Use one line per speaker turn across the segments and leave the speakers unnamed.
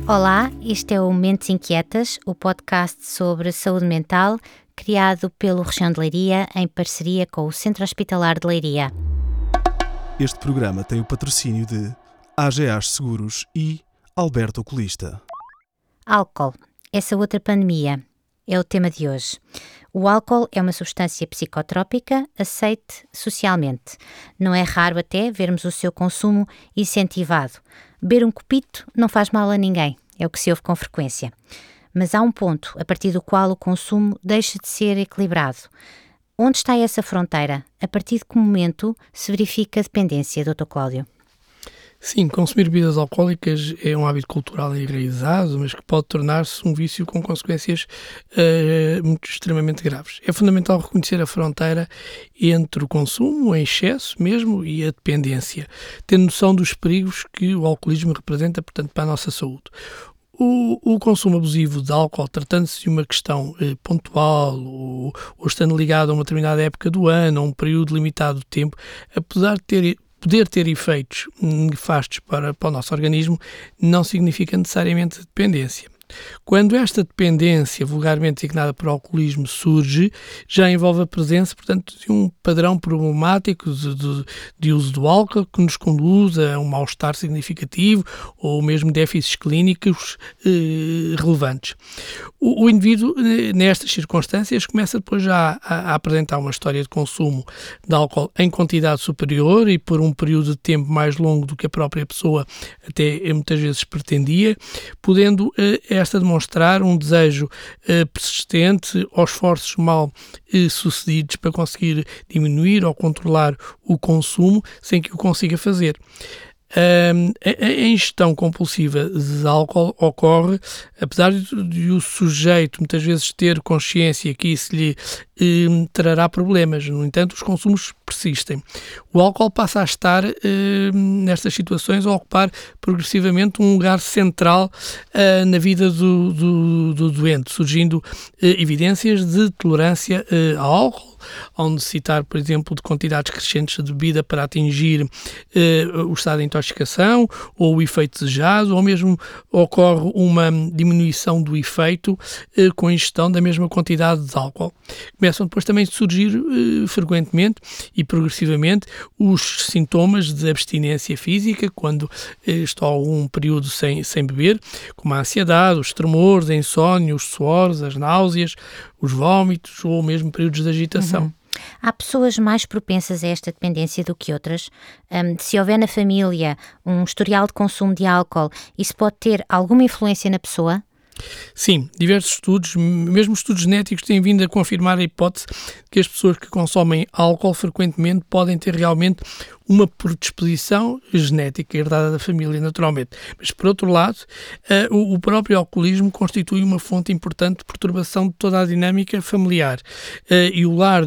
Olá, este é o Mentes Inquietas, o podcast sobre saúde mental, criado pelo Região de Leiria em parceria com o Centro Hospitalar de Leiria.
Este programa tem o patrocínio de AGAs Seguros e Alberto Oculista.
Álcool, essa outra pandemia, é o tema de hoje. O álcool é uma substância psicotrópica aceite socialmente. Não é raro até vermos o seu consumo incentivado. Beber um copito não faz mal a ninguém, é o que se ouve com frequência. Mas há um ponto a partir do qual o consumo deixa de ser equilibrado. Onde está essa fronteira? A partir de que momento se verifica a dependência, Dr. Cláudio?
Sim, consumir bebidas alcoólicas é um hábito cultural enraizado, mas que pode tornar-se um vício com consequências extremamente graves. É fundamental reconhecer a fronteira entre o consumo em excesso mesmo e a dependência, tendo noção dos perigos que o alcoolismo representa, portanto, para a nossa saúde. O consumo abusivo de álcool, tratando-se de uma questão pontual ou estando ligado a uma determinada época do ano, a um período limitado de tempo, apesar de poder ter efeitos nefastos para o nosso organismo, não significa necessariamente dependência. Quando esta dependência, vulgarmente designada por alcoolismo, surge, já envolve a presença, portanto, de um padrão problemático de uso do álcool que nos conduz a um mal-estar significativo ou mesmo déficits clínicos relevantes. O indivíduo, nestas circunstâncias, começa depois já a apresentar uma história de consumo de álcool em quantidade superior e por um período de tempo mais longo do que a própria pessoa até muitas vezes pretendia, podendo esta demonstrar um desejo persistente ou esforços mal sucedidos para conseguir diminuir ou controlar o consumo sem que o consiga fazer. A ingestão compulsiva de álcool ocorre, apesar de o sujeito muitas vezes ter consciência que isso lhe trará problemas. No entanto, os consumos persistem. O álcool passa a estar, nestas situações, a ocupar progressivamente um lugar central na vida do doente, surgindo evidências de tolerância ao álcool, ao necessitar, por exemplo, de quantidades crescentes de bebida para atingir o estado de intoxicação ou o efeito desejado, ou mesmo ocorre uma diminuição do efeito com a ingestão da mesma quantidade de álcool. Começam depois também a surgir frequentemente e progressivamente os sintomas de abstinência física, quando estou algum período sem beber, como a ansiedade, os tremores, a insónia, os suores, as náuseas, os vômitos ou mesmo períodos de agitação.
Há pessoas mais propensas a esta dependência do que outras? Se houver na família um historial de consumo de álcool, isso pode ter alguma influência na pessoa?
Sim, diversos estudos, mesmo estudos genéticos, têm vindo a confirmar a hipótese de que as pessoas que consomem álcool frequentemente podem ter realmente uma predisposição genética herdada da família, naturalmente. Mas, por outro lado, o próprio alcoolismo constitui uma fonte importante de perturbação de toda a dinâmica familiar. E o lar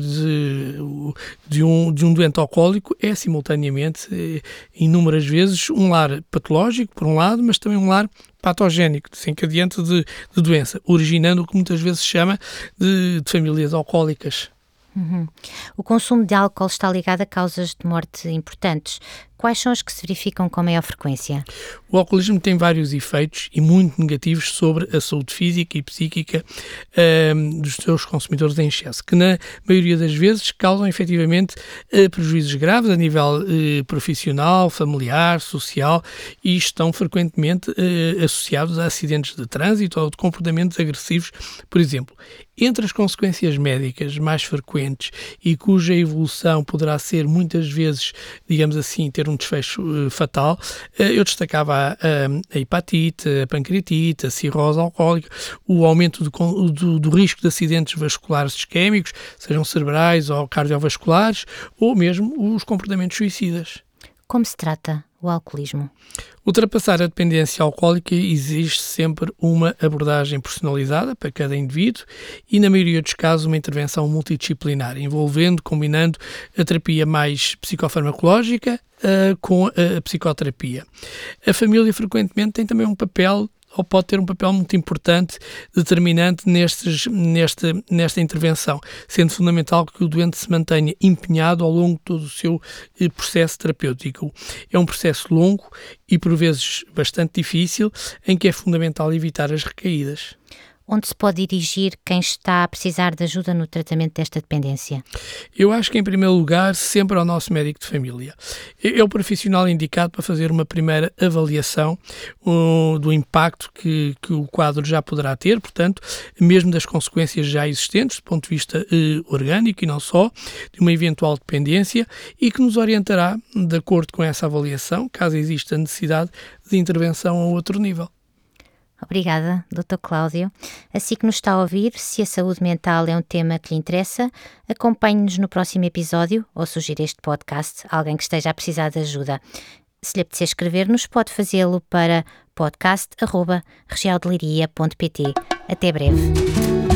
de um doente alcoólico é, simultaneamente, inúmeras vezes, um lar patológico, por um lado, mas também um lar patogénico, desencadeante de doença, originando o que muitas vezes se chama de famílias alcoólicas.
O consumo de álcool está ligado a causas de morte importantes. Quais são as que se verificam com maior frequência?
O alcoolismo tem vários efeitos e muito negativos sobre a saúde física e psíquica dos seus consumidores em excesso, que na maioria das vezes causam efetivamente prejuízos graves a nível profissional, familiar, social e estão frequentemente associados a acidentes de trânsito ou de comportamentos agressivos, por exemplo. Entre as consequências médicas mais frequentes e cuja evolução poderá ser muitas vezes, digamos assim, ter um desfecho fatal, eu destacava a hepatite, a pancreatite, a cirrose alcoólica, o aumento do risco de acidentes vasculares isquémicos, sejam cerebrais ou cardiovasculares, ou mesmo os comportamentos suicidas.
Como se trata o alcoolismo?
Ultrapassar a dependência alcoólica exige sempre uma abordagem personalizada para cada indivíduo e, na maioria dos casos, uma intervenção multidisciplinar, combinando a terapia mais psicofarmacológica com a psicoterapia. A família frequentemente tem também um papel ou pode ter um papel muito importante, determinante nesta intervenção, sendo fundamental que o doente se mantenha empenhado ao longo de todo o seu processo terapêutico. É um processo longo e por vezes bastante difícil, em que é fundamental evitar as recaídas.
Onde se pode dirigir quem está a precisar de ajuda no tratamento desta dependência?
Eu acho que, em primeiro lugar, sempre ao nosso médico de família. É o profissional indicado para fazer uma primeira avaliação do impacto que o quadro já poderá ter, portanto, mesmo das consequências já existentes, do ponto de vista orgânico e não só, de uma eventual dependência, e que nos orientará, de acordo com essa avaliação, caso exista necessidade de intervenção a outro nível.
Obrigada, Dr. Cláudio. Assim que nos está a ouvir, se a saúde mental é um tema que lhe interessa, acompanhe-nos no próximo episódio ou sugira este podcast a alguém que esteja a precisar de ajuda. Se lhe apetecer escrever-nos, pode fazê-lo para podcast@regialdeliria.pt. Até breve.